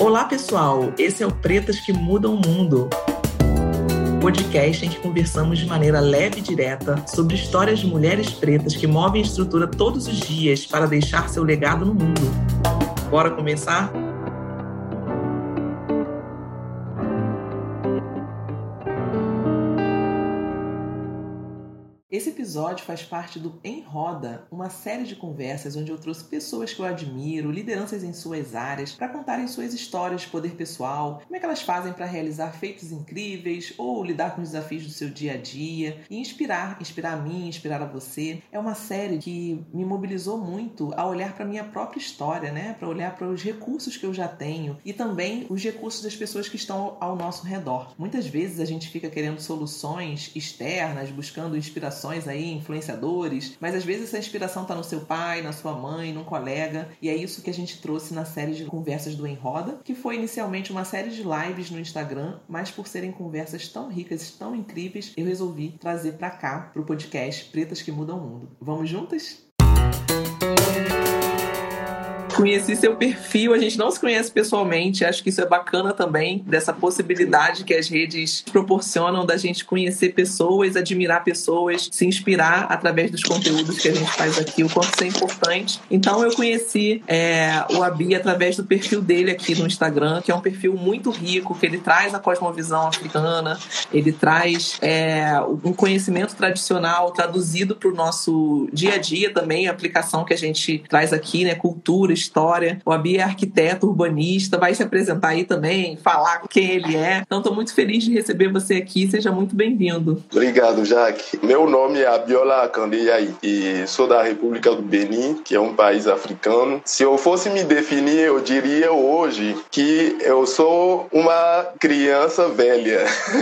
Olá, pessoal! Esse é o Pretas que Mudam o Mundo, podcast em que conversamos de maneira leve e direta sobre histórias de mulheres pretas que movem a estrutura todos os dias para deixar seu legado no mundo. Bora começar? Esse episódio faz parte do Em Roda, uma série de conversas onde eu trouxe pessoas que eu admiro, lideranças em suas áreas, para contarem suas histórias de poder pessoal, como é que elas fazem para realizar feitos incríveis ou lidar com os desafios do seu dia a dia e inspirar a mim, inspirar a você. É uma série que me mobilizou muito a olhar para a minha própria história, né? Para olhar para os recursos que eu já tenho e também os recursos das pessoas que estão ao nosso redor. Muitas vezes a gente fica querendo soluções externas, buscando inspirações aí, influenciadores, mas às vezes essa inspiração está no seu pai, na sua mãe, num colega, e é isso que a gente trouxe na série de conversas do Em Roda, que foi inicialmente uma série de lives no Instagram, mas por serem conversas tão ricas, tão incríveis, eu resolvi trazer para cá, pro podcast Pretas que Mudam o Mundo. Vamos juntas? Conheci seu perfil, a gente não se conhece pessoalmente, acho que isso é bacana também, dessa possibilidade que as redes proporcionam da gente conhecer pessoas, admirar pessoas, se inspirar através dos conteúdos que a gente faz aqui, o quanto isso é importante. Então eu conheci o Abi através do perfil dele aqui no Instagram, que é um perfil muito rico, que ele traz a cosmovisão africana, ele traz um conhecimento tradicional traduzido para o nosso dia a dia também, a aplicação que a gente traz aqui, né, cultura, história. O Abi é arquiteto, urbanista, vai se apresentar aí também, falar quem ele é. Então, estou muito feliz de receber você aqui. Seja muito bem-vindo. Obrigado, Jaque. Meu nome é Abiola Akandeyayi e sou da República do Benin, que é um país africano. Se eu fosse me definir, eu diria hoje que eu sou uma criança velha.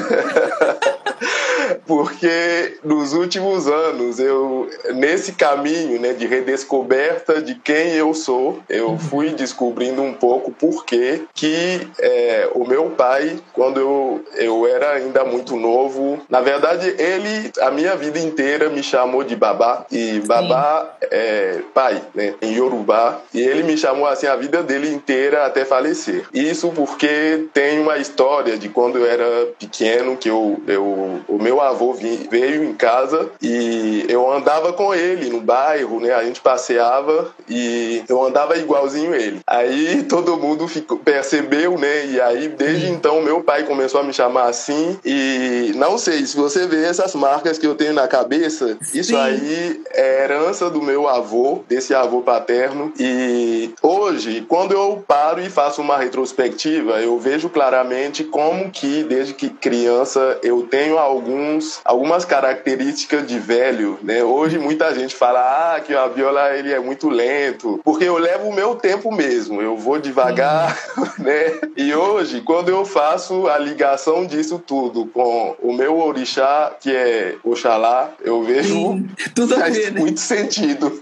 Porque nos últimos anos, nesse caminho, né, de redescoberta de quem eu sou, eu fui descobrindo um pouco por que o meu pai, quando eu era ainda muito novo, na verdade, ele, a minha vida inteira, me chamou de babá, e babá é pai, né, em Yorubá, e ele me chamou assim a vida dele inteira até falecer. Isso porque tem uma história de quando eu era pequeno, que o meu avô veio em casa e eu andava com ele no bairro, né? A gente passeava e eu andava igualzinho ele. Aí todo mundo percebeu, né? E aí desde então meu pai começou a me chamar assim e não sei, se você vê essas marcas que eu tenho na cabeça, isso aí é herança do meu avô, desse avô paterno, e hoje, quando eu paro e faço uma retrospectiva, eu vejo claramente como que desde que criança eu tenho algumas características de velho, né? Hoje muita gente fala que o Abiola ele é muito lento, porque eu levo o meu tempo mesmo, eu vou devagar, né? E hoje, quando eu faço a ligação disso tudo com o meu orixá, que é Oxalá, eu vejo tudo faz a ver, né? muito sentido.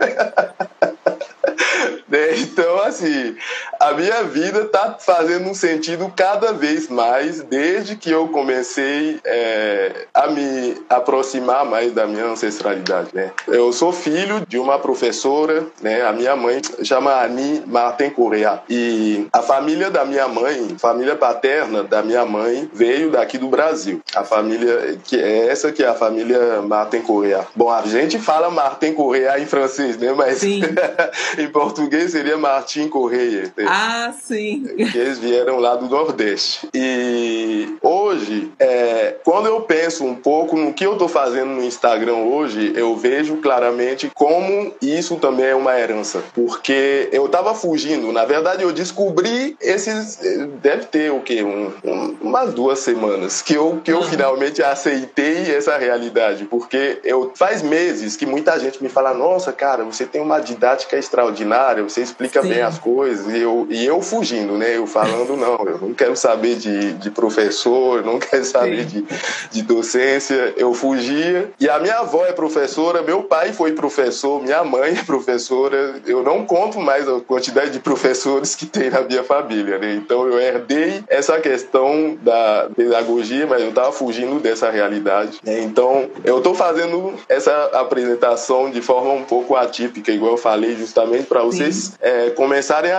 Então, assim, a minha vida tá fazendo um sentido cada vez mais desde que eu comecei a me aproximar mais da minha ancestralidade, né? Eu sou filho de uma professora, né? A minha mãe chama Ani Martin Correa, e a família da minha mãe, família paterna da minha mãe, veio daqui do Brasil. A família que é a família Martin Correa. Bom, a gente fala Martin Correa em francês, né? Mas em português seria Martin Correia. Ah, sim. Que eles vieram lá do Nordeste. E hoje, quando eu penso um pouco no que eu estou fazendo no Instagram hoje, eu vejo claramente como isso também é uma herança. Porque eu estava fugindo. Na verdade, eu descobri deve ter o quê? Umas 2 semanas que eu finalmente aceitei essa realidade. Porque faz meses que muita gente me fala: nossa, cara, você tem uma didática extraordinária, você explica bem as coisas, e eu fugindo, né? Eu falando, não, eu não quero saber de professor, eu não quero saber de docência. Eu fugia, e a minha avó é professora, meu pai foi professor, minha mãe é professora, eu não conto mais a quantidade de professores que tem na minha família, né? Então eu herdei essa questão da pedagogia, mas eu estava fugindo dessa realidade, né? Então eu estou fazendo essa apresentação de forma um pouco atípica, igual eu falei, justamente para vocês começarem a ter um pouco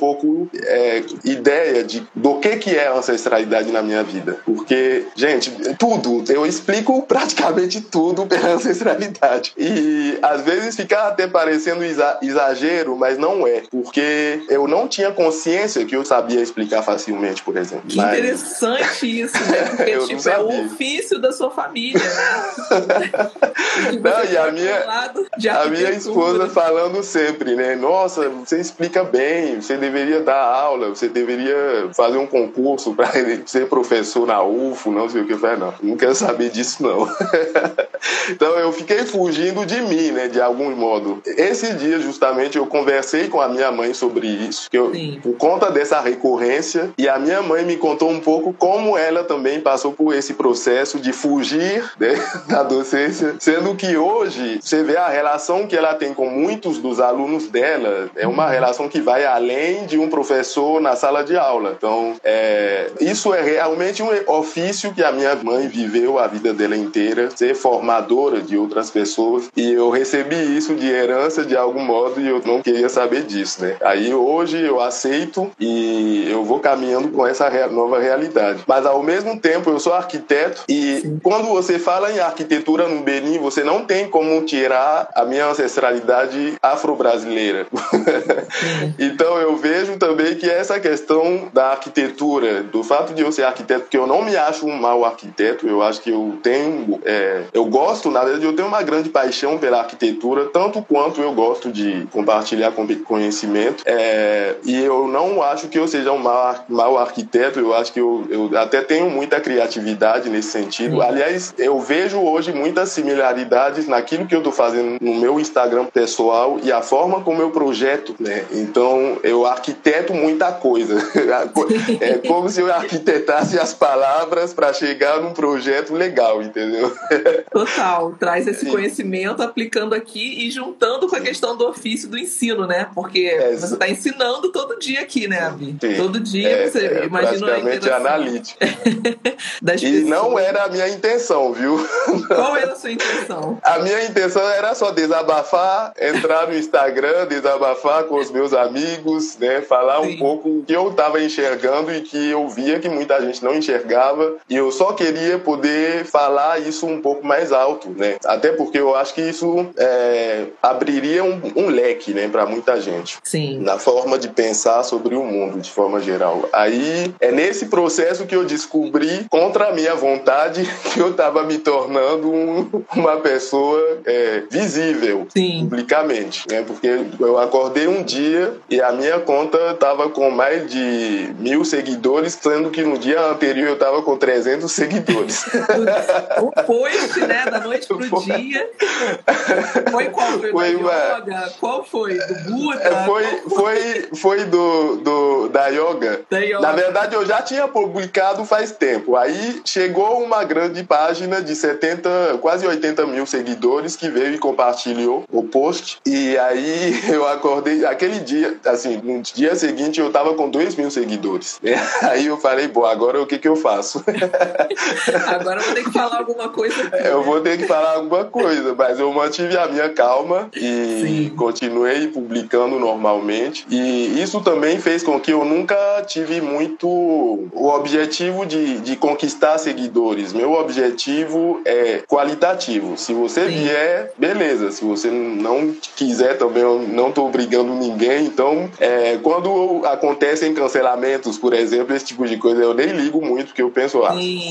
pouco ideia do que é ancestralidade na minha vida. Porque, gente, tudo, eu explico praticamente tudo pela ancestralidade. E às vezes fica até parecendo exagero, mas não é. Porque eu não tinha consciência que eu sabia explicar facilmente, por exemplo. Que interessante isso, né? Porque é o ofício da sua família, né? Não, e a minha esposa falando sempre, né? Nossa, você explica bem, você deveria dar aula, você deveria fazer um concurso para ser professor na UFO, não sei o que. Eu falei, não quero saber disso, não. Então eu fiquei fugindo de mim, né? De algum modo. Esse dia, justamente, eu conversei com a minha mãe sobre isso, por conta dessa recorrência, e a minha mãe me contou um pouco como ela também passou por esse processo de fugir, né, da docência, sendo que hoje você vê a relação que ela tem com muitos dos alunos dela, é uma relação que vai além de um professor na sala de aula. Então, isso é realmente um ofício que a minha mãe viveu a vida dela inteira, ser formadora de outras pessoas, e eu recebi isso de herança de algum modo e eu não queria saber disso, né? Aí hoje eu aceito e eu vou caminhando com essa nova realidade. Mas ao mesmo tempo eu sou arquiteto e quando você fala em arquitetura no Benin, você não tem como tirar a minha ancestralidade afro-brasileira. Então eu vejo também que essa questão da arquitetura, do fato de eu ser arquiteto, porque eu não me acho um mau arquiteto, eu acho que eu tenho, eu gosto, na verdade eu tenho uma grande paixão pela arquitetura, tanto quanto eu gosto de compartilhar conhecimento, e eu não acho que eu seja um mau arquiteto, eu acho que eu até tenho muita criatividade nesse sentido. Aliás, eu vejo hoje muitas similaridades naquilo que eu estou fazendo no meu Instagram pessoal e a forma como eu projeto, né? Então, eu arquiteto muita coisa. É como se eu arquitetasse as palavras para chegar num projeto legal, entendeu? Total. Traz esse conhecimento aplicando aqui e juntando com a questão do ofício do ensino, né? Porque você está ensinando todo dia aqui, né, Abi? Sim. Todo dia você imagina praticamente analítico. E não era a minha intenção, viu? Qual era a sua intenção? A minha intenção era só desabafar, entrar no Instagram, desabafar com os meus amigos, né? Falar um pouco o que eu estava enxergando e que eu via que muita gente não enxergava, e eu só queria poder falar isso um pouco mais alto, né? Até porque eu acho que isso abriria um leque, né, para muita gente. Sim. Na forma de pensar sobre o mundo, de forma geral. Aí é nesse processo que eu descobri, contra a minha vontade, que eu estava me tornando uma pessoa visível, publicamente, né? Porque eu acordei um dia e a minha conta estava com mais de 1.000 seguidores, sendo que no dia anterior eu estava com 300 seguidores. Um post, né? Da noite pro dia. Foi qual? Foi da yoga? Qual foi? Do Buda? Foi da yoga. Na verdade, eu já tinha publicado faz tempo. Aí chegou uma grande página de 70, quase 80 mil seguidores que veio e compartilhou o post. E aí eu acordei aquele dia, assim, no dia seguinte eu tava com 2.000 seguidores. Aí eu falei, bom, agora o que eu faço? Agora eu vou ter que falar alguma coisa aqui. Eu vou ter que falar alguma coisa, mas eu mantive a minha calma e continuei publicando normalmente. E isso também fez com que eu nunca tive muito o objetivo de conquistar seguidores. Meu objetivo é qualitativo. Se você vier, beleza. Se você não quiser também, eu não estou obrigando ninguém. Então, quando acontecem cancelamentos, por exemplo, esse tipo de coisa, eu nem ligo muito, porque eu penso,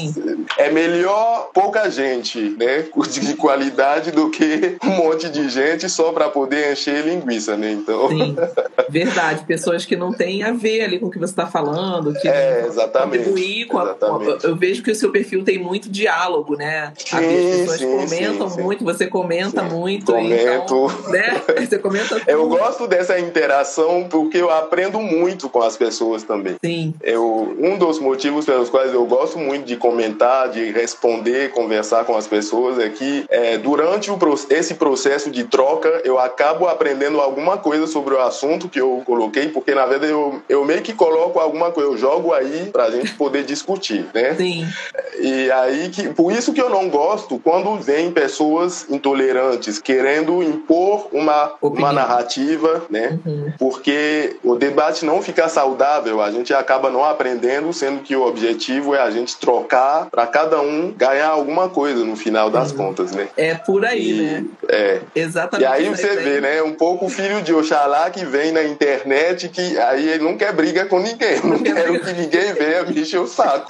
é melhor pouca gente, né, de qualidade do que um monte de gente só para poder encher linguiça, né? Então... Sim, verdade. Pessoas que não têm a ver ali com o que você está falando, que exatamente. Contribuir com eu vejo que o seu perfil tem muito diálogo, né? As pessoas comentam muito, você comenta muito. Comento. Então, né? Você comenta tudo. Eu gosto dessa interação porque eu aprendo muito com as pessoas também. Sim. Um dos motivos pelos quais eu gosto muito de comentar, de responder, conversar com as pessoas é que durante esse processo de troca eu acabo aprendendo alguma coisa sobre o assunto que eu coloquei, porque na verdade eu meio que coloco alguma coisa, eu jogo aí pra gente poder discutir, né? Sim. E aí, por isso que eu não gosto quando vem pessoas intolerantes querendo impor uma narrativa, né? Porque o debate não fica saudável, a gente acaba não aprendendo, sendo que o objetivo é a gente trocar para cada um ganhar alguma coisa no final das contas, né? É por aí, né? Exatamente. E aí você vê, né? Um pouco o filho de Oxalá que vem na internet, que aí ele não quer briga com ninguém. Não quero que ninguém venha me encher o saco.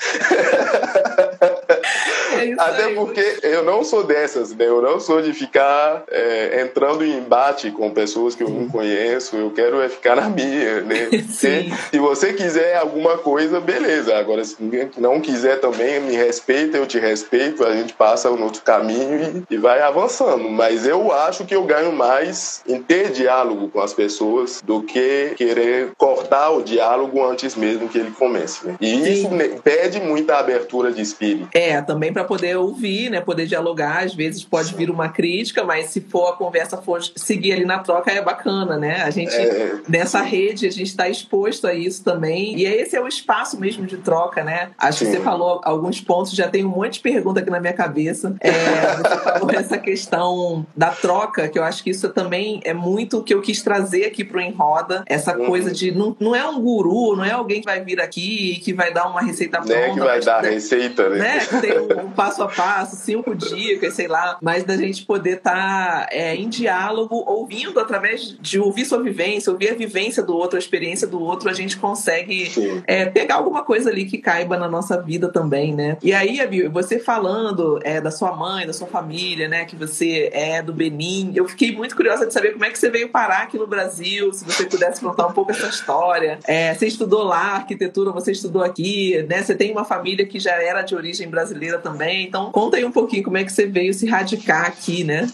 Até aí, porque eu não sou dessas, né? Eu não sou de ficar entrando em embate com pessoas que eu não conheço. Eu quero ficar na minha, né? Se você quiser alguma coisa, beleza. Agora, se não quiser também, me respeita, eu te respeito. A gente passa um outro caminho e vai avançando. Mas eu acho que eu ganho mais em ter diálogo com as pessoas do que querer cortar o diálogo antes mesmo que ele comece, né? E isso pede muita abertura de espírito. Também para poder ouvir, né? Poder dialogar. Às vezes pode vir uma crítica, mas se for a conversa for seguir ali na troca, é bacana, né? A gente, nessa rede, a gente está exposto a isso também. E esse é o espaço mesmo de troca, né? Acho que você falou alguns pontos, já tem um monte de pergunta aqui na minha cabeça. Você falou essa questão da troca, que eu acho que isso também é muito o que eu quis trazer aqui pro Em Roda. Essa coisa de... Não é um guru, não é alguém que vai vir aqui e que vai dar uma receita pronta. Né, que vai dar receita, né? Que tem um passo a passo, 5 dicas, sei lá. Mas da gente poder estar em diálogo, ouvindo através de ouvir sua vivência, ouvir a vivência do outro, a experiência do outro, a gente consegue pegar alguma coisa ali que caiba na nossa vida também, né? E aí, Abi, você falando da sua mãe, da sua família, né? Que você é do Benin, eu fiquei muito curiosa de saber como é que você veio parar aqui no Brasil, se você pudesse contar um pouco essa história. Você estudou lá, arquitetura, você estudou aqui, né? Você tem uma família que já era de origem brasileira também, então conta aí um pouquinho como é que você veio se radicar aqui, né?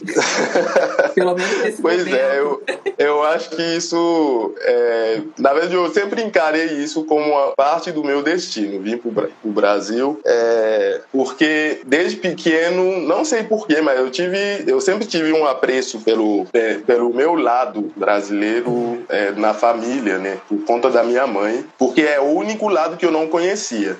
Pelo menos nesse momento. Eu acho que isso, na verdade eu sempre encarei isso como uma parte do meu destino, vim pro Brasil, porque desde pequeno, não sei porquê, mas eu sempre tive um apreço pelo meu lado brasileiro na família, né? Por conta da minha mãe, porque é o único lado que eu não conhecia.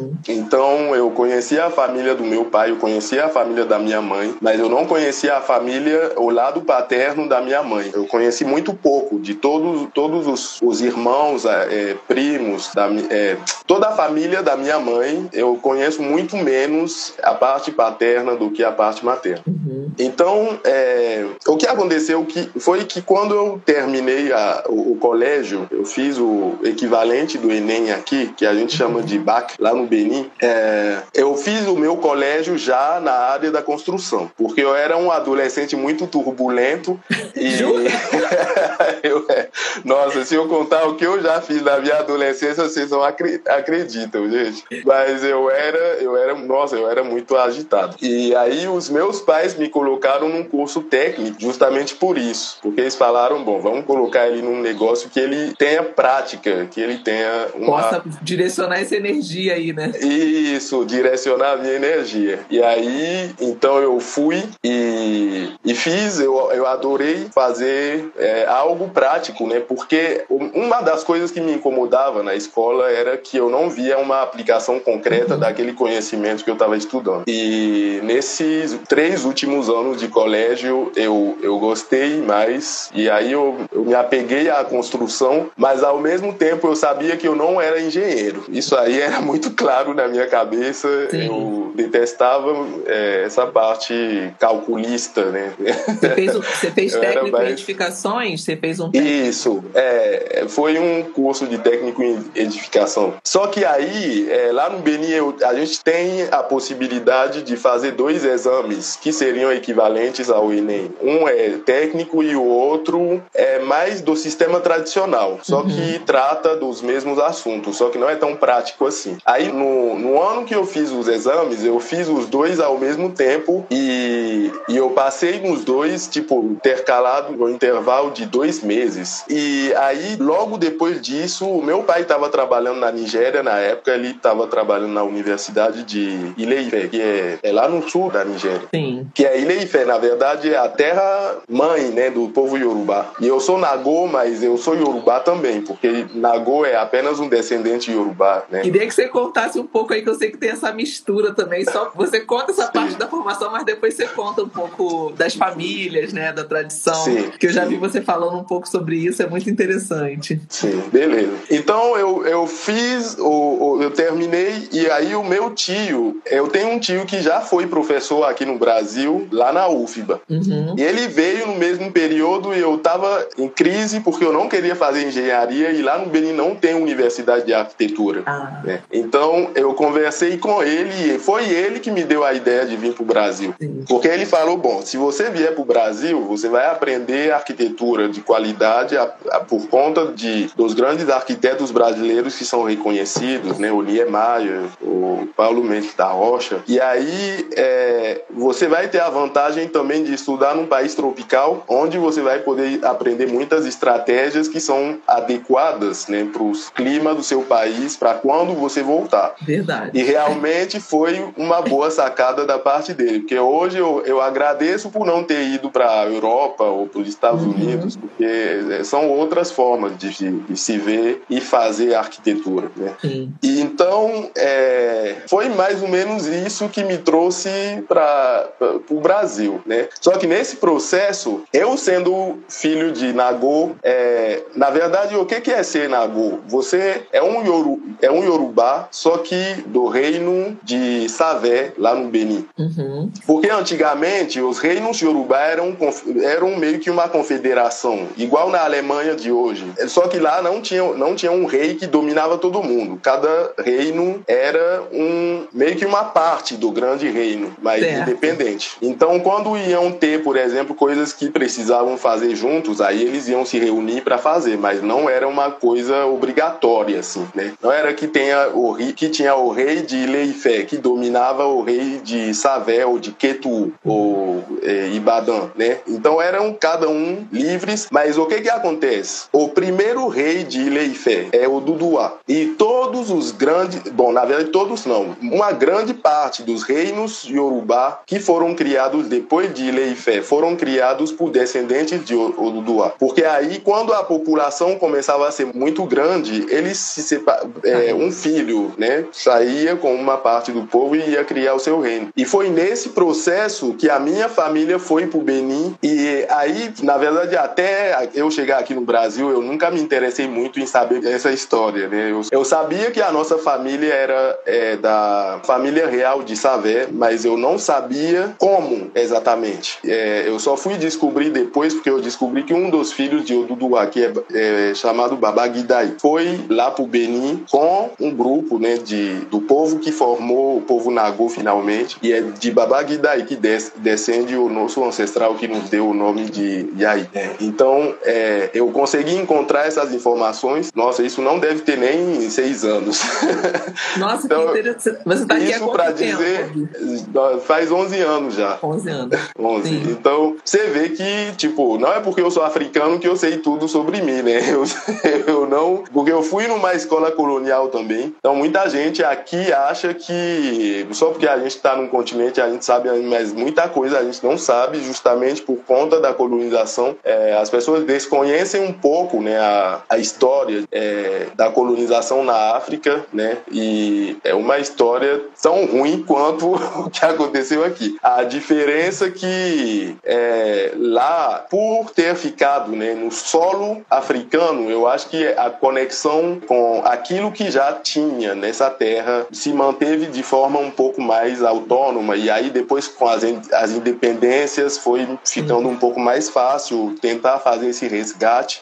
Então eu conhecia a família do meu pai, eu conhecia a família da minha mãe, mas eu não conhecia a família, o lado paterno da minha mãe. Eu conheci muito pouco de todos os irmãos, primos, toda a família da minha mãe. Eu conheço muito menos a parte paterna do que a parte materna. Então, o que aconteceu foi que quando eu terminei o colégio, eu fiz o equivalente do Enem aqui, que a gente chama de BAC, lá no Benin. Eu fiz o meu colégio já na área da construção, porque eu era um adolescente muito turbulento e nossa, se eu contar o que eu já fiz na minha adolescência, vocês não acreditam, gente. Mas eu era muito agitado. E aí os meus pais me colocaram num curso técnico justamente por isso, porque eles falaram, bom, vamos colocar ele num negócio que ele tenha prática, que ele tenha possa direcionar essa energia aí, né? Isso, direcionar a minha energia. E aí, então eu fui e fiz, eu adorei fazer algo prático, né? Porque uma das coisas que me incomodava na escola era que eu não via uma aplicação concreta daquele conhecimento que eu estava estudando. E nesses 3 últimos anos de colégio, eu gostei mais, e aí eu me apeguei à construção, mas ao mesmo tempo eu sabia que eu não era engenheiro. Isso aí era muito claro na minha cabeça. Sim. Eu detestava essa parte calculista, né? Você fez técnico em edificações? Você fez um técnico? Isso, foi um curso de técnico em edificação. Só que aí, lá no Benin, a gente tem a possibilidade de fazer 2 exames que seriam equivalentes ao Enem. Um é técnico e o outro é mais do sistema tradicional, só que trata dos mesmos assuntos, só que não é tão prático assim. Aí, no ano que eu fiz os exames, eu fiz os 2 ao mesmo tempo e eu passei nos 2, tipo, intercalado no intervalo de 2 meses. E aí, logo depois disso, o meu pai estava trabalhando na Nigéria, na época ele estava trabalhando na Universidade de Ile-Ife, que é lá no sul da Nigéria. Sim. Que é Ile-Ife, na verdade, é a terra-mãe, né, do povo Yorubá. E eu sou Nagô, mas eu sou Yorubá também, porque Nagô é apenas um descendente Yorubá, né? Queria que você contasse um pouco aí, que eu sei que tem essa mistura também. Só você conta essa parte da formação, mas depois você conta um pouco das famílias famílias, né, da tradição. Sim, que eu já sim. vi você falando um pouco sobre isso, é muito interessante. Sim, beleza. Então eu fiz, eu terminei, e aí o meu tio, eu tenho um tio que já foi professor aqui no Brasil, lá na UFBA. Uhum. E ele veio no mesmo período e eu estava em crise porque eu não queria fazer engenharia e lá no Benin não tem universidade de arquitetura. Né? Então eu conversei com ele e foi ele que me deu a ideia de vir para o Brasil. Sim. Porque ele falou, bom, se você vier para o Brasil, você vai aprender arquitetura de qualidade por conta dos grandes arquitetos brasileiros que são reconhecidos, né? O Niemeyer, o Paulo Mendes da Rocha. E aí você vai ter a vantagem também de estudar num país tropical, onde você vai poder aprender muitas estratégias que são adequadas, né, para o clima do seu país, para quando você voltar. Verdade. E realmente foi uma boa sacada da parte dele, porque hoje eu agradeço por não ter ido para a Europa ou para os Estados Unidos, porque são outras formas de se ver e fazer arquitetura, né? Sim. E então foi mais ou menos isso que me trouxe para o Brasil, né? Só que nesse processo, eu sendo filho de Nagô, na verdade, o que é ser Nagô? Você é um Yorubá, só que do reino de Savé, lá no Benin. Uhum. Porque antigamente os reinos Yorubá eram meio que uma confederação, igual na Alemanha de hoje. Só que lá não tinha um rei que dominava todo mundo. Cada reino era meio que uma parte do grande reino, mas independente. Então, quando iam ter, por exemplo, coisas que precisavam fazer juntos, aí eles iam se reunir para fazer, mas não era uma coisa obrigatória, assim, né? Não era que tinha o rei de Ilé-Ifé, que dominava o rei de Savé, ou de Ketu, ou Ibadan, né? Então, eram cada um livres, mas o que acontece? O primeiro rei de Ilé-Ifé é o Duduá. E todos os grandes... Bom, na verdade, todos não. Uma grande parte dos reinos Yorubá que foram criados depois de Ilé-Ifé foram criados por descendentes de Oduduá. Porque aí, quando a população começava a ser muito grande, eles um filho, né, saía com uma parte do povo e ia criar o seu reino. E foi nesse processo que a minha família foi para o Benin. E aí, na verdade, até eu chegar aqui no Brasil, eu nunca me interessei muito em saber essa história, né? Eu sabia que a nossa família era da família real de Savé, mas eu não sabia como exatamente. Eu só fui descobrir depois, porque eu descobri que um dos filhos de Oduduá, que é chamado Babagidai, foi lá pro Benin com um grupo, né, do povo que formou o povo Nagô finalmente, e é de Babagidai que descende o nosso ancestral que nos deu o nome de Yai. Então, eu consegui encontrar essas informações. Nossa, isso não deve ter nem 6 anos. Nossa, então, que interessante. Você tá aqui há quanto tempo? Dizer, faz 11 anos já. 11 anos. 11. Sim. Então, você vê que, tipo, não é porque eu sou africano que eu sei tudo sobre mim, né? Eu não... Porque eu fui numa escola colonial também. Então, muita gente aqui acha que só porque a gente tá num continente a gente sabe, mas muita coisa a gente não sabe, justamente por conta da colonização. As pessoas desconhecem um pouco, né, a história da colonização na África, né? E é uma história tão ruim quanto o que aconteceu aqui. A diferença que lá, por ter ficado, né, no solo africano, eu acho que a conexão com aquilo que já tinha nessa terra se manteve de forma um pouco mais autônoma, e aí depois com as independências foi ficando um pouco mais fácil tentar fazer esse resgate.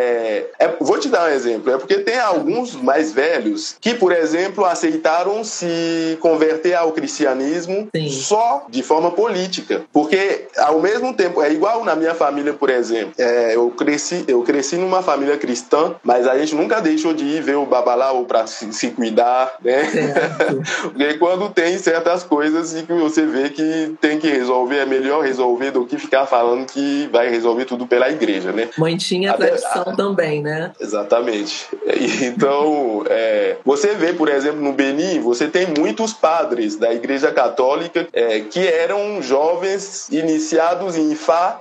Vou te dar um exemplo, porque tem alguns mais velhos que, por exemplo, aceitaram se converter ao cristianismo só de forma política, porque ao mesmo tempo, é igual na minha família, por exemplo, eu cresci numa família cristã, mas a gente nunca deixou de ir ver o babaláwo para se cuidar, né? Porque quando tem certas coisas e que você vê que tem que resolver, é melhor resolver do que ficar falando que vai resolver tudo pela igreja, né? Mãe tinha tradição também, né? Exatamente. Então, você vê, por exemplo, no Benin, você tem muitos padres da Igreja Católica que eram jovens iniciados em Ifá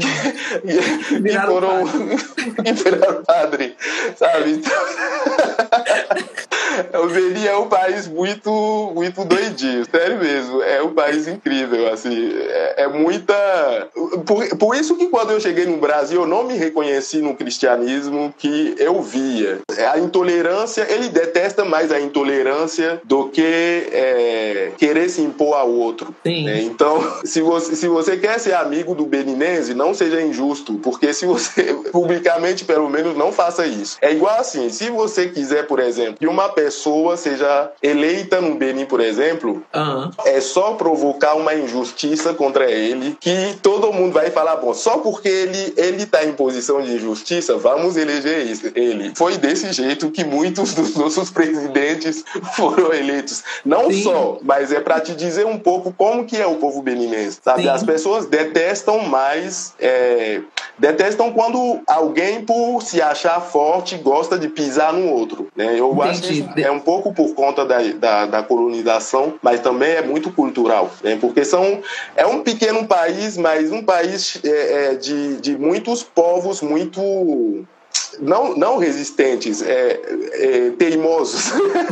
e foram viraram padre, sabe? Então... O Benin é um país muito, muito doidinho, sério mesmo. É um país incrível, assim. É muita... Por isso que quando eu cheguei no Brasil, eu não me reconheci no cristianismo que eu via. A intolerância, ele detesta mais a intolerância do que querer se impor ao outro. Né? Então, se você quer ser amigo do beninense, não seja injusto, porque se você, publicamente, pelo menos, não faça isso. É igual assim, se você quiser, por exemplo, que uma pessoa seja eleita no Benin, por exemplo, é só provocar uma injustiça contra ele, que todo mundo vai falar, bom, só porque ele está em posição de injustiça, vamos eleger ele. Foi desse jeito que muitos dos nossos presidentes foram eleitos. Não só, mas é para te dizer um pouco como que é o povo beninense, sabe? As pessoas detestam mais, detestam quando alguém, por se achar forte, gosta de pisar no outro, né? Eu acho que é um pouco por conta da colonização, mas também é muito cultural, né? Porque é um pequeno país, mas um país de muitos povos muito... Não resistentes, teimosos.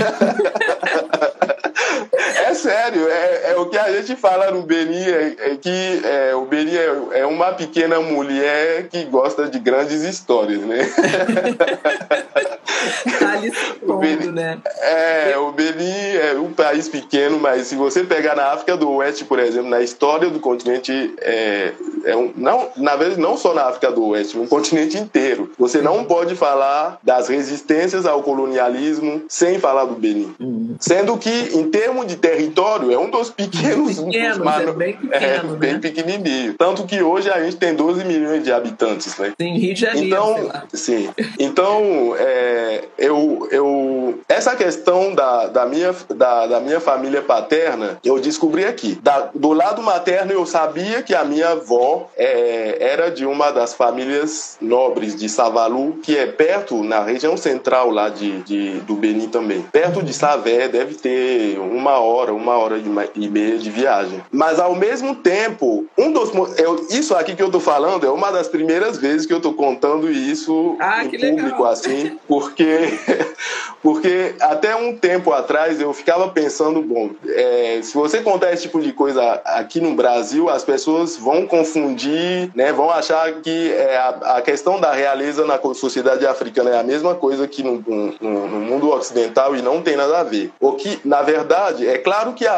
É sério, é o que a gente fala no Benin, que o Benin é uma pequena mulher que gosta de grandes histórias, né? Tá ali supondo, né? O Benin é um país pequeno, mas se você pegar na África do Oeste, por exemplo, na história do continente, na verdade, não só na África do Oeste, no continente inteiro, você não pode falar das resistências ao colonialismo sem falar do Benin. Sendo que, em termos de território, é um dos pequenos... bem pequeno, bem pequenininho. Tanto que hoje a gente tem 12 milhões de habitantes, né? Sim, Rio de Janeiro, então, sei lá. Sim. Então, essa questão da minha família paterna, eu descobri aqui. Do lado materno, eu sabia que a minha avó era de uma das famílias nobres de Savalu, que é perto, na região central lá do Benin também. Perto de Savé, deve ter uma hora e meia de viagem. Mas, ao mesmo tempo, isso aqui que eu tô falando é uma das primeiras vezes que eu tô contando isso em público, legal. Assim, porque até um tempo atrás eu ficava pensando, bom, se você contar esse tipo de coisa aqui no Brasil, as pessoas vão confundir, né, vão achar que a questão da realeza na sociedade africana é a mesma coisa que no mundo ocidental e não tem nada a ver. O que, na verdade, é claro que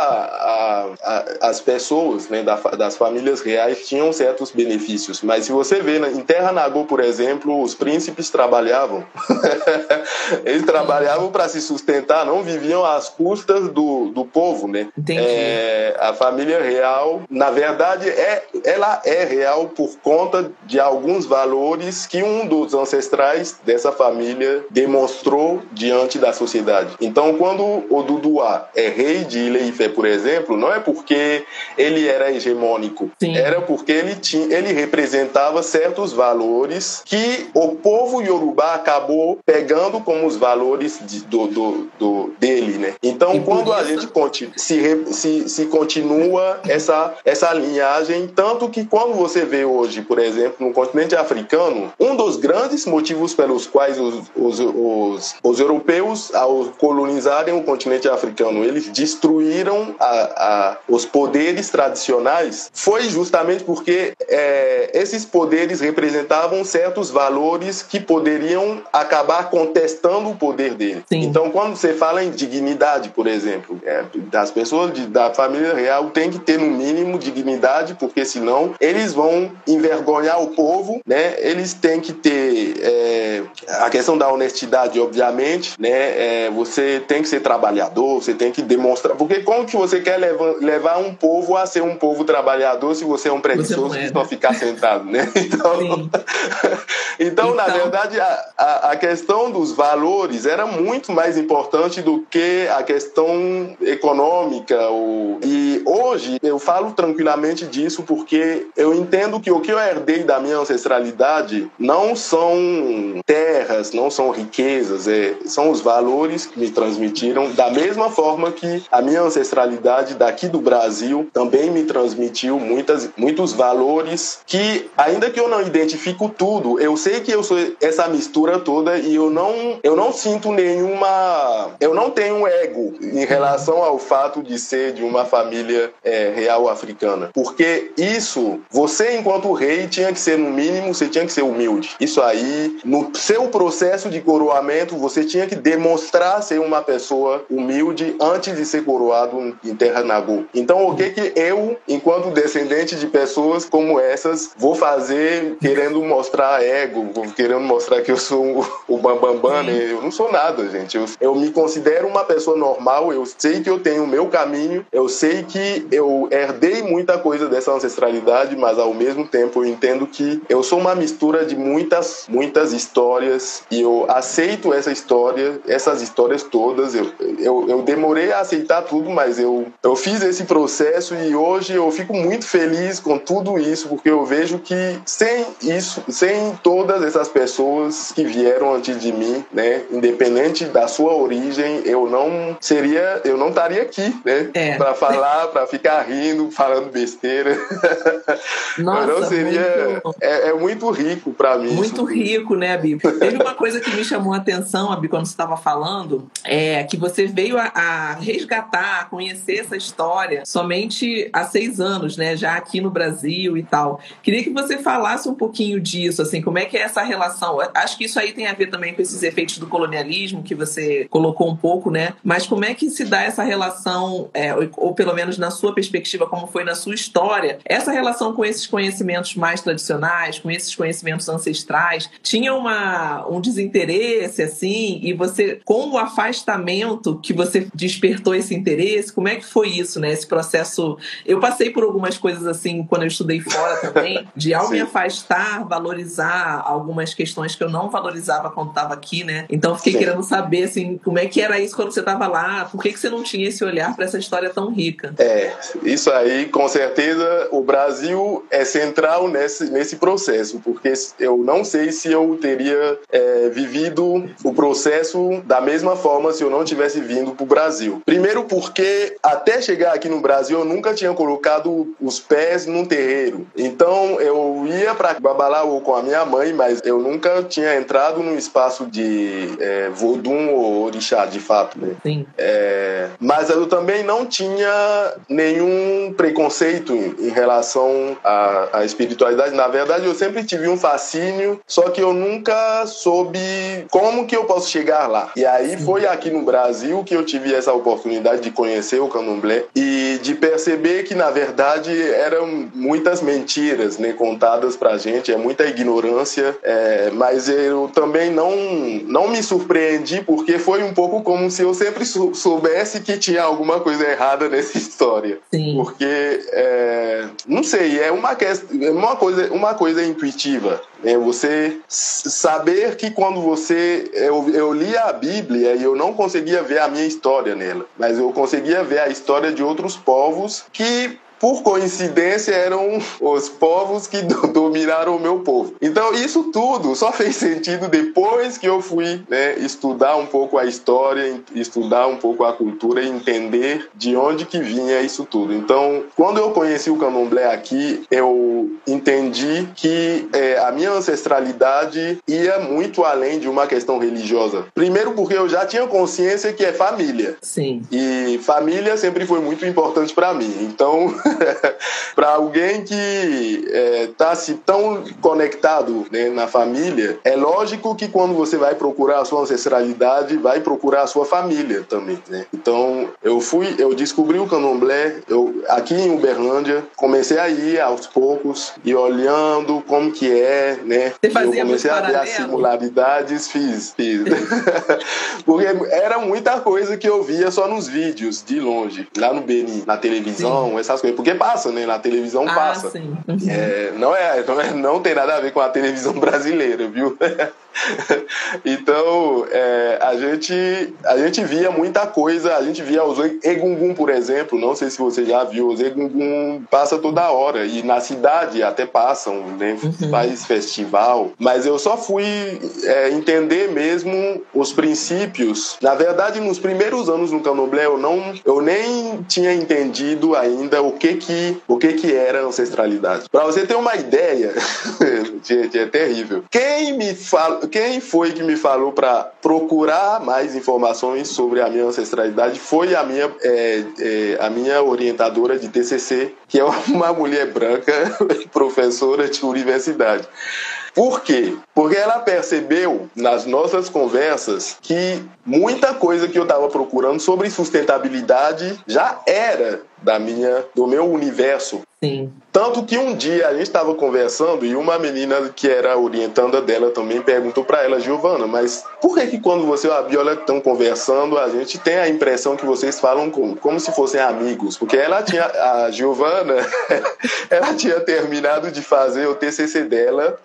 as pessoas, né, das famílias reais tinham certos benefícios, mas se você vê em Terra Nagô, por exemplo, os príncipes trabalhavam. Eles trabalhavam para se sustentar, não viviam às custas do povo, né? A família real, na verdade, ela é real por conta de alguns valores que um dos ancestrais dessa família demonstrou diante da sociedade. Então, quando o Duduá é rei de Ilé-Ifé, por exemplo, não é porque ele era hegemônico, era porque ele representava certos valores que o povo iorubá acabou pegando como os valores dele, né? Então, quando a gente se continua essa linhagem, tanto que quando você vê hoje, por exemplo, no continente africano, um dos grandes motivos pelos quais os europeus, ao colonizarem o continente africano, eles destruíram os poderes tradicionais, foi justamente porque esses poderes representavam certos valores que poderiam acabar contestando o poder dele. Então, quando você fala em dignidade, por exemplo, das pessoas da família real tem que ter no mínimo dignidade, porque senão eles vão envergonhar o povo, né? Eles têm que ter a questão da honestidade, obviamente, né? Você tem que ser trabalhador, você tem que demonstrar, porque como que você quer levar um povo a ser um povo trabalhador se você é um preguiçoso que só ficar sentado, né? Então, na verdade, a questão dos valores era muito mais importante do que a questão econômica. E hoje eu falo tranquilamente disso porque eu entendo que o que eu herdei da minha ancestralidade não são terras, não são riquezas, são os valores que me transmitiram, da mesma forma que a minha ancestralidade daqui do Brasil também me transmitiu muitos valores que, ainda que eu não identifico tudo, eu sei que eu sou essa mistura toda e eu não sinto nenhuma eu não tenho ego em relação ao fato de ser de uma família real africana, porque isso, você enquanto rei tinha que ser, no mínimo, você tinha que ser humilde. Isso aí, no seu processo de coroamento, você tinha que demonstrar ser uma pessoa humilde antes de ser coroado em terra nagô. Então, o que eu, enquanto descendente de pessoas como essas, vou fazer querendo mostrar ego, querendo mostrar que eu sou o bambambam, né? Eu não sou nada, gente. Eu me considero uma pessoa normal, eu sei que eu tenho o meu caminho, eu sei que eu herdei muita coisa dessa ancestralidade, mas ao mesmo tempo eu entendo que eu sou uma mistura de muitas histórias e eu aceito essas histórias todas. Eu demorei a aceitar tudo, mas eu fiz esse processo e hoje eu fico muito feliz com tudo isso, porque eu vejo que sem todas essas pessoas que vieram antes de mim, né, independente da sua origem, eu não estaria aqui, né, para falar, para ficar rindo, falando besteira. Nossa, eu não seria... É muito rico para mim. Muito rico, né, Abi? Teve uma coisa que me chamou a atenção, Abi, quando você estava falando, que você veio a resgatar, a conhecer essa história somente há 6 anos, né, já aqui no Brasil e tal. Queria que você falasse um pouquinho disso, assim, como é que é essa relação? Acho que isso aí tem a ver também com esses efeitos do colonialismo que você colocou um pouco, né? Mas como é que se dá essa relação, ou pelo menos na sua perspectiva, como foi na sua história, essa relação com esses conhecimentos mais tradicionais, com esses conhecimentos ancestrais? Tinha um desinteresse, assim, e você, com o afastamento que você despertou esse interesse, como é que foi isso, né? Esse processo... Eu passei por algumas coisas assim, quando eu estudei fora também, de ao me afastar, valorizar algumas questões que eu não valorizava quando estava aqui, né? Então fiquei querendo saber, assim, como é que era isso quando você estava lá, por que você não tinha esse olhar para essa história tão rica? Isso aí, com certeza, o Brasil é central nesse processo, porque eu não sei se eu teria vivido o processo da mesma forma se eu não tivesse vindo para o Brasil. Primeiro porque, até chegar aqui no Brasil, eu nunca tinha colocado os pés num terreiro. Então, eu ia para Babalaô com a minha mãe, mas eu nunca tinha entrado num espaço de Vodum ou Orixá, de fato, né? Sim. Mas eu também não tinha nenhum preconceito em relação à espiritualidade. Na verdade, eu sempre tive um fascínio, só que eu nunca soube como que eu posso chegar lá. E aí foi aqui no Brasil que eu tive essa oportunidade de conhecer o candomblé e de perceber que, na verdade, eram muitas mentiras, né, contadas pra gente, muita ignorância, mas eu também não me surpreendi, porque foi um pouco como se eu sempre soubesse que tinha alguma coisa errada nessa história. Sim. Porque, não sei, é uma coisa intuitiva. Você saber que quando eu lia a Bíblia e eu não conseguia ver a minha história nela, mas eu conseguia ver a história de outros povos que, por coincidência, eram os povos que dominaram o meu povo. Então, isso tudo só fez sentido depois que eu fui, né, estudar um pouco a história, estudar um pouco a cultura e entender de onde que vinha isso tudo. Então, quando eu conheci o candomblé aqui, eu entendi que a minha ancestralidade ia muito além de uma questão religiosa. Primeiro porque eu já tinha consciência que é família. Sim. E família sempre foi muito importante para mim. Então, para alguém que está se tão conectado, né, na família, é lógico que quando você vai procurar a sua ancestralidade, vai procurar a sua família também, né? Então, eu descobri o candomblé, aqui em Uberlândia, comecei a ir aos poucos e olhando como que né? Você fazia eu comecei a ver as similaridades, fiz. Porque era muita coisa que eu via só nos vídeos, de longe, lá no Benin, na televisão, sim, essas coisas. Porque passa, né? Na televisão passa. Sim. Não tem nada a ver com a televisão brasileira, viu? Então, a gente via muita coisa. A gente via os Egungun, por exemplo. Não sei se você já viu. Os Egungun passa toda hora. E na cidade até passam, né? Faz festival. Mas eu só fui entender mesmo os princípios. Na verdade, nos primeiros anos no candomblé, eu nem tinha entendido ainda o que era ancestralidade. Para você ter uma ideia, gente, é terrível. Quem me fala... quem foi que me falou para procurar mais informações sobre a minha ancestralidade foi a minha orientadora de TCC, que é uma mulher branca, professora de universidade. Por quê? Porque ela percebeu nas nossas conversas que muita coisa que eu estava procurando sobre sustentabilidade já era do meu universo. Sim. Tanto que um dia a gente estava conversando e uma menina que era orientanda dela também perguntou para ela: Giovana, mas por que quando você e a Biola estão conversando, a gente tem a impressão que vocês falam como se fossem amigos? Porque a Giovana, ela tinha terminado de fazer o TCC dela,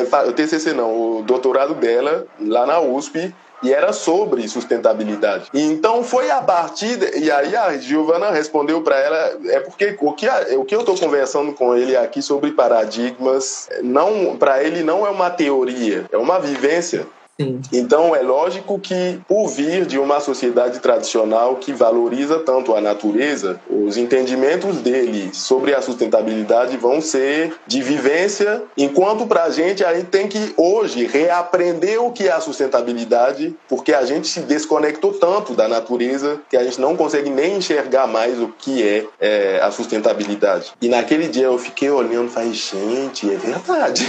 o doutorado dela lá na USP, e era sobre sustentabilidade. Então foi a partir e aí a Giovana respondeu para ela, porque o que eu estou conversando com ele aqui sobre paradigmas, para ele não é uma teoria, é uma vivência. Sim. Então é lógico que, por vir de uma sociedade tradicional que valoriza tanto a natureza, os entendimentos dele sobre a sustentabilidade vão ser de vivência, enquanto para a gente tem que hoje reaprender o que é a sustentabilidade, porque a gente se desconectou tanto da natureza que a gente não consegue nem enxergar mais o que é a sustentabilidade. E naquele dia eu fiquei olhando e falei, gente, é verdade.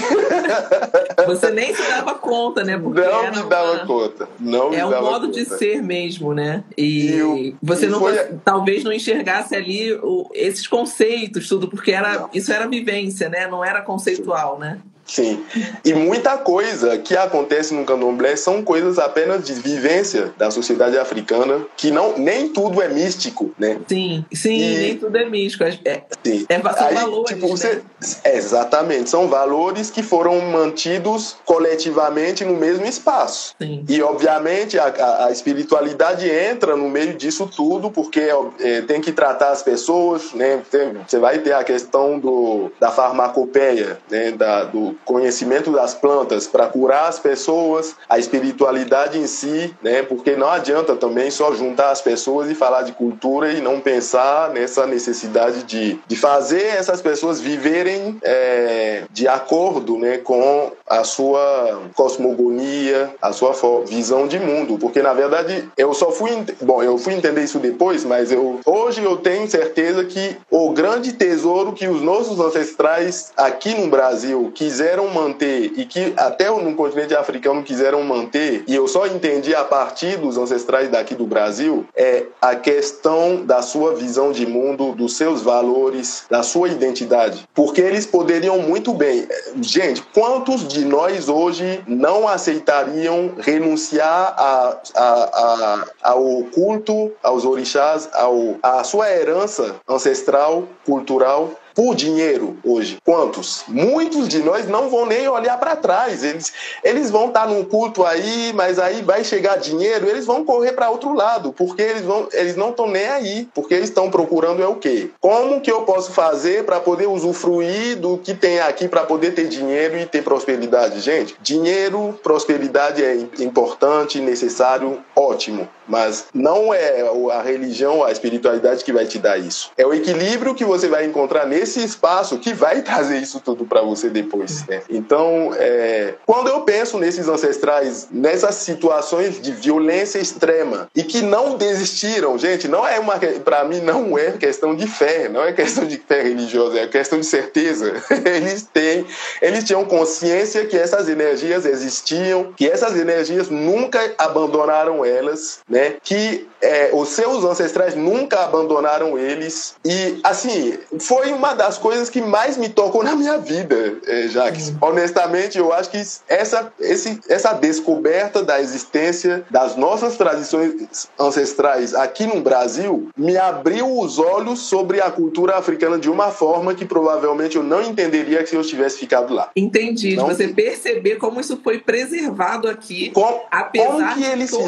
Você nem se dava conta, né? Porque não me dava conta. É um modo de ser mesmo, né? E você talvez não enxergasse ali esses conceitos, tudo, porque isso era vivência, né? Não era conceitual, né? Sim, e muita coisa que acontece no candomblé são coisas apenas de vivência da sociedade africana, que nem tudo é místico, né? Sim, nem tudo é místico. São valores, né? Exatamente, são valores que foram mantidos coletivamente no mesmo espaço. Sim. E, obviamente, a espiritualidade entra no meio disso tudo, porque tem que tratar as pessoas, né? Você vai ter a questão da farmacopeia, né? Do conhecimento das plantas para curar as pessoas, a espiritualidade em si, né? Porque não adianta também só juntar as pessoas e falar de cultura e não pensar nessa necessidade de fazer essas pessoas viverem de acordo, né, com a sua cosmogonia, a sua visão de mundo, porque na verdade eu fui entender isso depois, mas hoje eu tenho certeza que o grande tesouro que os nossos ancestrais aqui no Brasil quiseram manter e que até no continente africano quiseram manter, e eu só entendi a partir dos ancestrais daqui do Brasil, é a questão da sua visão de mundo, dos seus valores, da sua identidade, porque eles poderiam muito bem. Gente, quantos de nós hoje não aceitariam renunciar ao culto, aos orixás, à sua herança ancestral, cultural, por dinheiro hoje? Quantos? Muitos de nós não vão nem olhar para trás. Eles vão estar num culto aí, mas aí vai chegar dinheiro, eles vão correr para outro lado, porque eles não estão nem aí, porque eles estão procurando o quê? Como que eu posso fazer para poder usufruir do que tem aqui para poder ter dinheiro e ter prosperidade? Gente, dinheiro, prosperidade é importante, necessário, ótimo, mas não é a religião, a espiritualidade que vai te dar isso. É o equilíbrio que você vai encontrar nesse espaço que vai trazer isso tudo para você depois, né? Então, quando eu penso nesses ancestrais, nessas situações de violência extrema e que não desistiram, gente, para mim não é questão de fé, não é questão de fé religiosa, é questão de certeza. Eles tinham consciência que essas energias existiam, que essas energias nunca abandonaram elas, né? Que os seus ancestrais nunca abandonaram eles. E, assim, foi uma das coisas que mais me tocou na minha vida, Jaques. Honestamente, eu acho que essa descoberta da existência das nossas tradições ancestrais aqui no Brasil me abriu os olhos sobre a cultura africana de uma forma que provavelmente eu não entenderia se eu tivesse ficado lá. Entendi. Você perceber como isso foi preservado aqui. Como que eles fizeram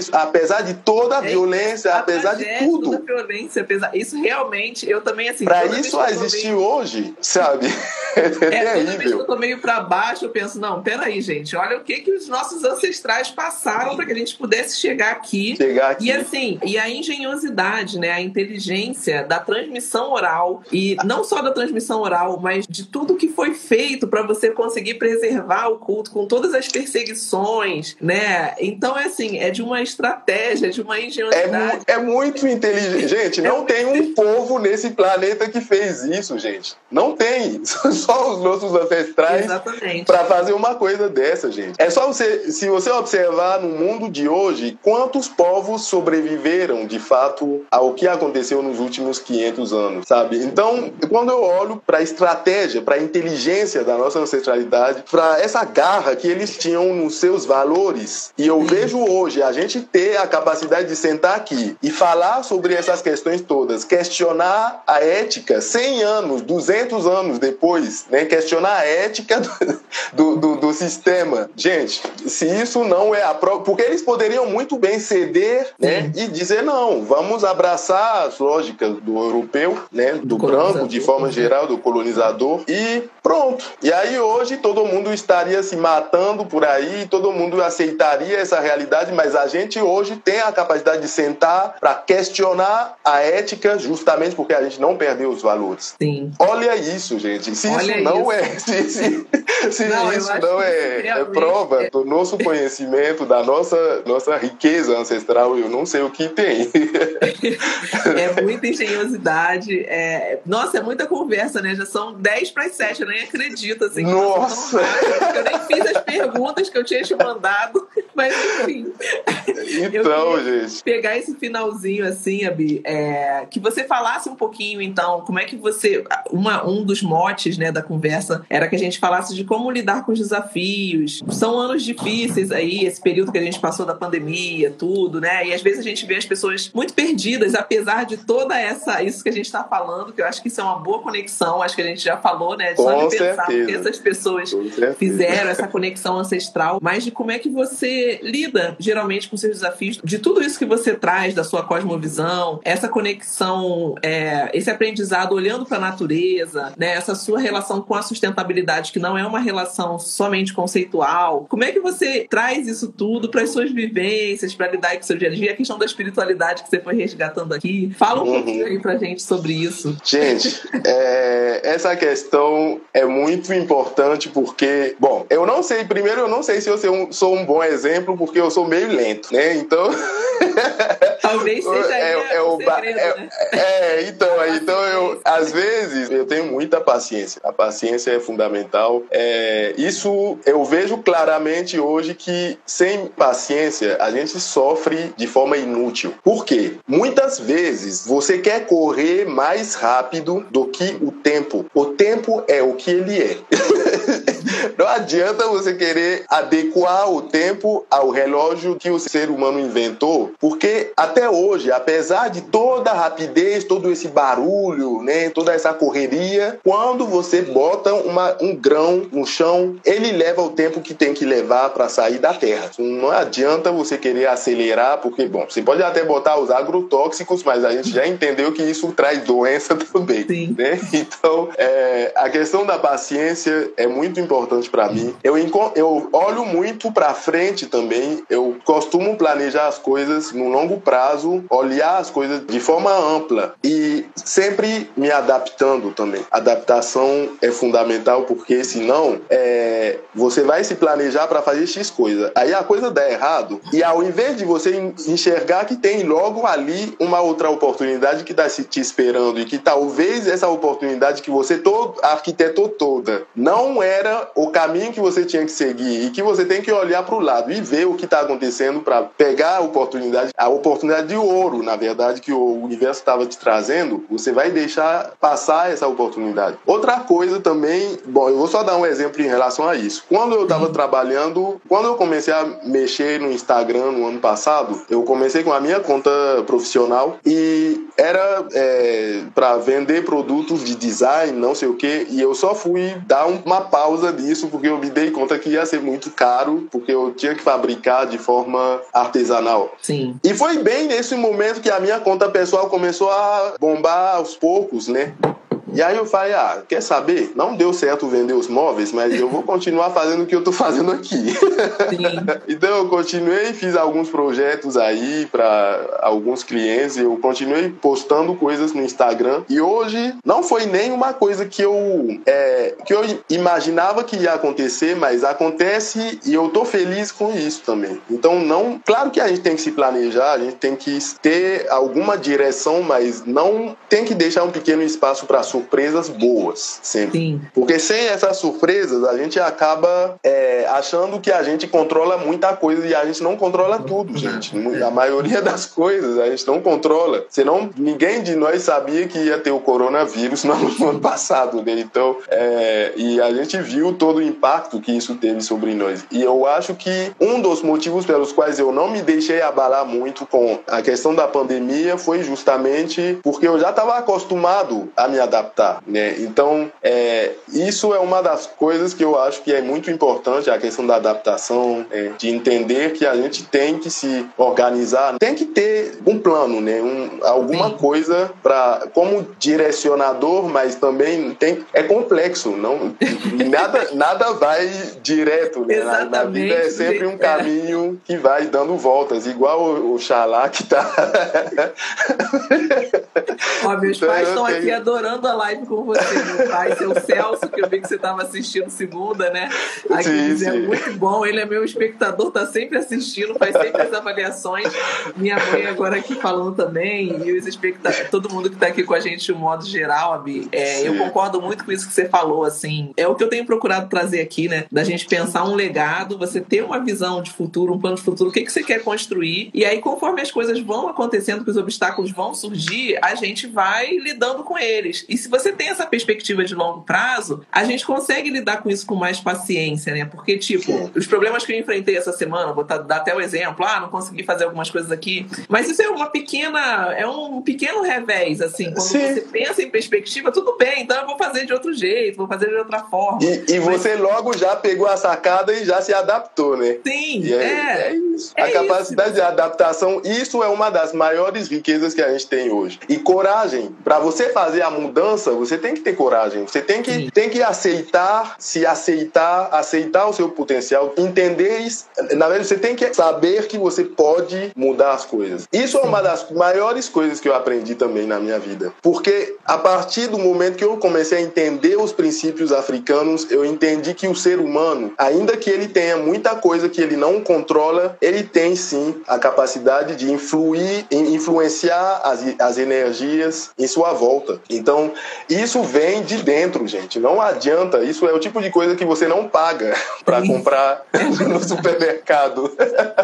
isso, apesar de toda a violência, apesar de tudo. Toda a violência, isso realmente, eu também, assim... Para isso existir hoje, sabe? Toda vez que eu tô meio pra baixo, eu penso, não, peraí, gente, olha o que os nossos ancestrais passaram para que a gente pudesse chegar aqui. E assim, e a engenhosidade, né, a inteligência da transmissão oral, e não só da transmissão oral, mas de tudo que foi feito para você conseguir preservar o culto com todas as perseguições, né? Então, é assim, é de uma estratégia, de uma engenhosidade. É muito inteligente. Gente, não tem um povo nesse planeta que fez isso, gente. Não tem. Só os nossos ancestrais para fazer uma coisa dessa, gente. É só se você observar no mundo de hoje, quantos povos sobreviveram, de fato, ao que aconteceu nos últimos 500 anos, sabe? Então, quando eu olho para a estratégia, para a inteligência da nossa ancestralidade, para essa garra que eles tinham nos seus valores, e eu vejo hoje a gente ter a capacidade de sentar aqui e falar sobre essas questões todas, questionar a ética 100 anos, 200 anos depois, né? Questionar a ética do sistema. Gente, se isso não é a prova... Porque eles poderiam muito bem ceder, né? E dizer, não, vamos abraçar as lógicas do europeu, né? Do branco, de forma geral, do colonizador, e pronto. E aí hoje todo mundo estaria se matando por aí, todo mundo aceitaria essa realidade, mas a gente hoje tem a capacidade de sentar para questionar a ética, justamente porque a gente não perdeu os valores. Sim. Olha isso, gente. Se isso não é... Se isso não é prova do nosso conhecimento, da nossa riqueza ancestral, eu não sei o que tem. É muita engenhosidade. Nossa, é muita conversa, né? Já são 10:07, eu nem acredito. Assim, nossa! Eu nem fiz as perguntas que eu tinha te mandado, mas enfim. Então, gente... pegar esse finalzinho assim, Abi, que você falasse um pouquinho, então, como é que você... Um dos motes, né, da conversa era que a gente falasse de como lidar com os desafios. São anos difíceis aí, esse período que a gente passou da pandemia, tudo, né? E às vezes a gente vê as pessoas muito perdidas, apesar de toda isso que a gente está falando, que eu acho que isso é uma boa conexão, acho que a gente já falou, né? Só de pensar que essas pessoas fizeram essa conexão ancestral, mas de como é que você lida, geralmente, com seus desafios, de tudo isso que você traz, da sua cosmovisão, essa conexão, esse aprendizado olhando para a natureza, né? Essa sua relação com a sustentabilidade, que não é uma relação somente conceitual. Como é que você traz isso tudo para as suas vivências, para lidar com o seu dia a dia? A questão da espiritualidade que você foi resgatando aqui. Fala um pouquinho aí pra gente sobre isso. Gente, essa questão é muito importante porque, bom, eu não sei se eu sou um bom exemplo porque eu sou meio lento, né? Então... Talvez seja o segredo, né? Então eu, às vezes, eu tenho muita paciência. A paciência é fundamental. Isso eu vejo claramente hoje que sem paciência a gente sofre de forma inútil. Por quê? Muitas vezes você quer correr mais rápido do que o tempo. O tempo é o que ele é. Não adianta você querer adequar o tempo ao relógio que o ser humano inventou, porque até hoje, apesar de toda a rapidez, todo esse barulho, né, toda essa correria, quando você bota um grão no chão, ele leva o tempo que tem que levar para sair da terra. Não adianta você querer acelerar, porque, bom, você pode até botar os agrotóxicos, mas a gente já entendeu que isso traz doença também. Sim. Né? Então, a questão da paciência é muito importante para mim. Eu olho muito para frente também. Eu costumo planejar as coisas no longo prazo, olhar as coisas de forma ampla e sempre me adaptando também. Adaptação é fundamental porque senão você vai se planejar para fazer X coisa. Aí a coisa dá errado e ao invés de você enxergar que tem logo ali uma outra oportunidade que está te esperando e que talvez essa oportunidade que você arquitetou toda não era o caminho que você tinha que seguir e que você tem que olhar para o lado e ver o que está acontecendo para pegar a oportunidade de ouro, na verdade, que o universo estava te trazendo, você vai deixar passar essa oportunidade. Outra coisa também, bom, eu vou só dar um exemplo em relação a isso. Quando eu estava trabalhando, quando eu comecei a mexer no Instagram no ano passado, eu comecei com a minha conta profissional e era para vender produtos de design, não sei o que, e eu só fui dar uma pausa nisso nisso porque eu me dei conta que ia ser muito caro, porque eu tinha que fabricar de forma artesanal. Sim. E foi bem nesse momento que a minha conta pessoal começou a bombar aos poucos, né? E aí eu falei, quer saber? Não deu certo vender os móveis, mas eu vou continuar fazendo o que eu tô fazendo aqui. Então eu continuei, fiz alguns projetos aí para alguns clientes, eu continuei postando coisas no Instagram, e hoje não foi nem uma coisa que eu imaginava que ia acontecer, mas acontece e eu tô feliz com isso também. Então claro que a gente tem que se planejar, a gente tem que ter alguma direção, mas não tem que deixar um pequeno espaço para surpresas boas, sempre. Sim. Porque sem essas surpresas, a gente acaba achando que a gente controla muita coisa e a gente não controla tudo, gente. A maioria das coisas a gente não controla. Senão, ninguém de nós sabia que ia ter o coronavírus no ano passado, né? Então, e a gente viu todo o impacto que isso teve sobre nós. E eu acho que um dos motivos pelos quais eu não me deixei abalar muito com a questão da pandemia foi justamente porque eu já estava acostumado a me adaptar, né? Então, isso é uma das coisas que eu acho que é muito importante, a questão da adaptação, de entender que a gente tem que se organizar, tem que ter um plano, né? Alguma coisa como direcionador, mas também é complexo, não? Nada vai direto, né? Na vida é sempre um caminho que vai dando voltas, igual o Xalá que tá... Meus pais estão aqui adorando a live com você, meu pai, seu Celso, que eu vi que você estava assistindo segunda, né? Aqui é muito bom, ele é meu espectador, tá sempre assistindo, faz sempre as avaliações. Minha mãe agora aqui falando também, e os espectadores, todo mundo que tá aqui com a gente de um modo geral, Abi, eu concordo muito com isso que você falou, assim, é o que eu tenho procurado trazer aqui, né? Da gente pensar um legado, você ter uma visão de futuro, um plano de futuro, o que você quer construir, e aí conforme as coisas vão acontecendo, que os obstáculos vão surgir, a gente vai lidando com eles. E se você tem essa perspectiva de longo prazo, a gente consegue lidar com isso com mais paciência, né? Porque, os problemas que eu enfrentei essa semana, vou dar até o exemplo, não consegui fazer algumas coisas aqui, mas isso é um pequeno revés, assim, quando você pensa em perspectiva, tudo bem, então eu vou fazer de outro jeito, vou fazer de outra forma. E você logo já pegou a sacada e já se adaptou, né? Sim, é isso. A capacidade de adaptação, isso é uma das maiores riquezas que a gente tem hoje. E coragem, para você fazer a mudança, você tem que ter coragem, você tem que aceitar o seu potencial, entender isso. Na verdade, você tem que saber que você pode mudar as coisas. Isso é uma das maiores coisas que eu aprendi também na minha vida. Porque a partir do momento que eu comecei a entender os princípios africanos, eu entendi que o ser humano, ainda que ele tenha muita coisa que ele não controla, ele tem sim a capacidade de influenciar as energias em sua volta. Então, isso vem de dentro, gente. Não adianta. Isso é o tipo de coisa que você não paga para comprar no supermercado.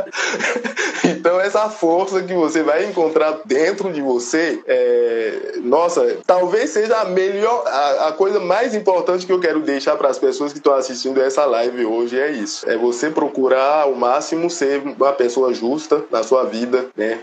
Então, essa força que você vai encontrar dentro de você, talvez seja a coisa mais importante que eu quero deixar para as pessoas que estão assistindo essa live hoje, é isso. É você procurar ao máximo ser uma pessoa justa na sua vida, né?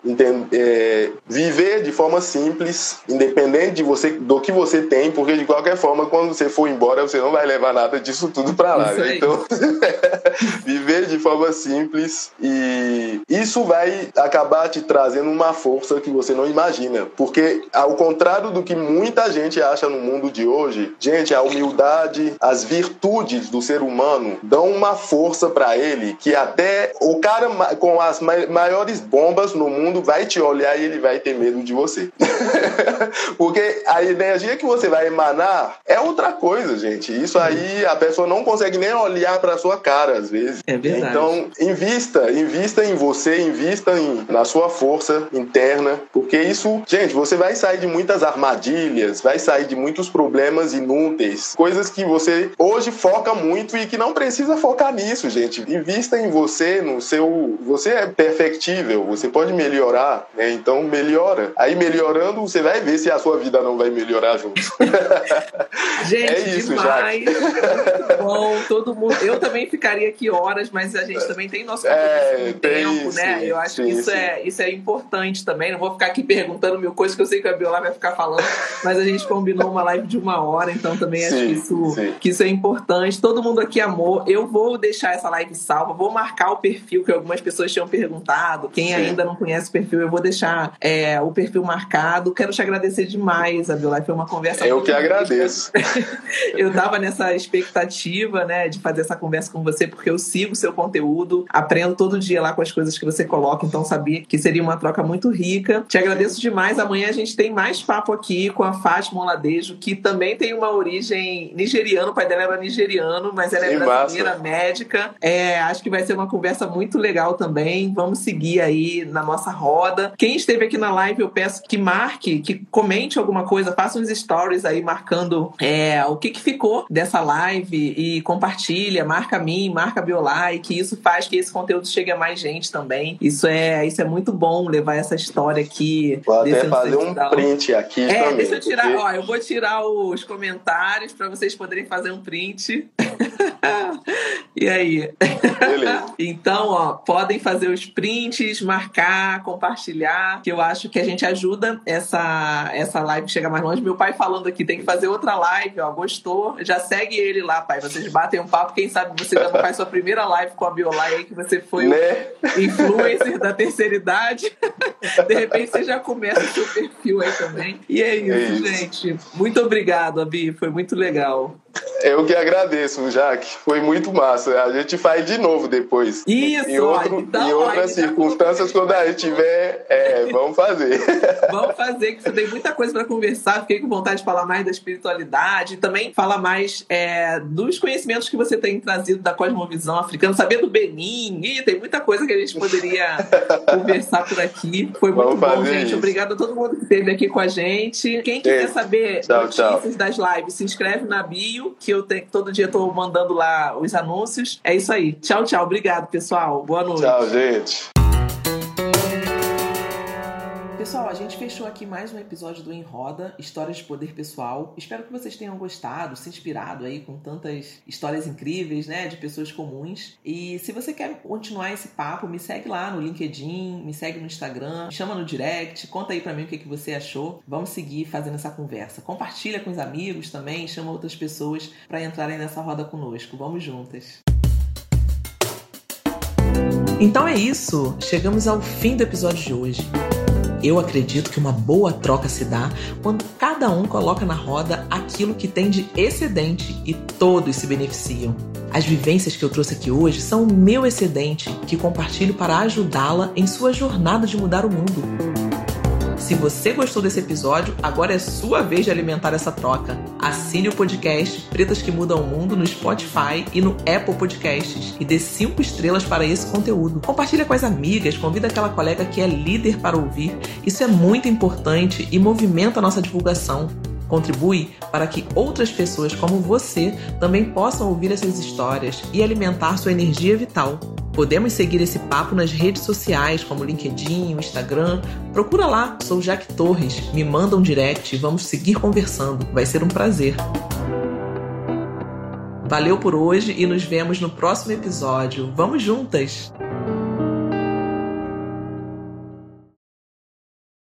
Viver de forma simples, independente do que você tem, porque de qualquer forma, quando você for embora, você não vai levar nada disso tudo para lá, né? Então, viver de forma simples, e isso vai acabar te trazendo uma força que você não imagina, porque ao contrário do que muita gente acha no mundo de hoje, gente, a humildade, as virtudes do ser humano dão uma força para ele que até o cara com as maiores bombas no mundo vai te olhar e ele vai ter medo de você. Porque a energia que você vai emanar é outra coisa, gente. Isso aí a pessoa não consegue nem olhar para sua cara às vezes. É verdade. Então, invista em você, invista na sua força interna, porque isso, gente, você vai sair de muitas armadilhas, vai sair de muitos problemas inúteis, coisas que você hoje foca muito e que não precisa focar nisso, gente. Invista em você, você é perfectível, você pode melhorar, né? Então melhora. Aí melhorando, você vai ver se a sua vida não vai melhorar junto. Gente, é isso, demais. Muito bom, todo mundo. Eu também ficaria aqui horas, mas a gente também tem nosso tempo, né? Eu acho acho que isso é importante também. Não vou ficar aqui perguntando mil coisas, que eu sei que a Biolai vai ficar falando, mas a gente combinou uma live de 1 hora, então também acho que isso é importante. Todo mundo aqui amou. Eu vou deixar essa live salva, vou marcar o perfil, que algumas pessoas tinham perguntado. Quem ainda não conhece o perfil, eu vou deixar o perfil marcado. Quero te agradecer demais, a Biolai. Foi uma conversa Eu que agradeço. Eu estava nessa expectativa, né, de fazer essa conversa com você, porque eu sigo o seu conteúdo, aprendo todo dia lá com as coisas que você coloca, então sabia que seria uma troca muito rica. Te agradeço demais. Amanhã a gente tem mais papo aqui com a Fátima Oladejo, que também tem uma origem nigeriana. O pai dela era nigeriano, mas ela é brasileira, médica. Acho que vai ser uma conversa muito legal também. Vamos seguir aí na nossa roda. Quem esteve aqui na live, eu peço que marque, que comente alguma coisa, faça uns stories aí marcando o que ficou dessa live e compartilha, marca a mim, marca a Biolai, que isso faz que esse conteúdo chegue a mais gente também. Isso é muito bom, levar essa história aqui. Vou até fazer um print aqui também. Deixa eu tirar, eu vou tirar os comentários para vocês poderem fazer um print. E aí? Beleza. Então, podem fazer os prints, marcar, compartilhar, que eu acho que a gente ajuda essa live chegar mais longe. Meu pai falando aqui, tem que fazer outra live, gostou? Já segue ele lá, pai. Vocês batem um papo, quem sabe você já não faz sua primeira live com a Biolai aí, que você foi o influencer da terceira idade. De repente você já começa o seu perfil aí também. E é isso, gente. Muito obrigado, Abi. Foi muito legal. Eu que agradeço, Jaque. Foi muito massa. A gente faz de novo depois. Isso, em outras circunstâncias, quando a gente tiver, vamos fazer. Vamos fazer, que você tem muita coisa para conversar. Fiquei com vontade de falar mais da espiritualidade, também falar mais dos conhecimentos que você tem trazido da cosmovisão africana, saber do Benin. Tem muita coisa que a gente poderia conversar por aqui. Foi muito bom, gente. Isso. Obrigado a todo mundo que esteve aqui com a gente. Quem quiser saber notícias das lives, se inscreve na bio, que eu todo dia estou mandando lá os anúncios. É isso aí. Tchau, tchau. Obrigado, pessoal. Boa noite. Tchau, gente. Pessoal, a gente fechou aqui mais um episódio do Em Roda, Histórias de Poder Pessoal. Espero que vocês tenham gostado, se inspirado aí com tantas histórias incríveis, né, de pessoas comuns. E se você quer continuar esse papo, me segue lá no LinkedIn, me segue no Instagram, me chama no direct, conta aí pra mim o que você achou. Vamos seguir fazendo essa conversa. Compartilha com os amigos também, chama outras pessoas para entrarem nessa roda conosco. Vamos juntas. Então é isso, chegamos ao fim do episódio de hoje. Eu acredito que uma boa troca se dá quando cada um coloca na roda aquilo que tem de excedente e todos se beneficiam. As vivências que eu trouxe aqui hoje são o meu excedente que compartilho para ajudá-la em sua jornada de mudar o mundo. Se você gostou desse episódio, agora é sua vez de alimentar essa troca. Assine o podcast Pretas que Mudam o Mundo no Spotify e no Apple Podcasts e dê 5 estrelas para esse conteúdo. Compartilha com as amigas, convida aquela colega que é líder para ouvir. Isso é muito importante e movimenta a nossa divulgação. Contribui para que outras pessoas como você também possam ouvir essas histórias e alimentar sua energia vital. Podemos seguir esse papo nas redes sociais, como o LinkedIn, o Instagram. Procura lá, sou Jaque Torres. Me manda um direct e vamos seguir conversando. Vai ser um prazer. Valeu por hoje e nos vemos no próximo episódio. Vamos juntas!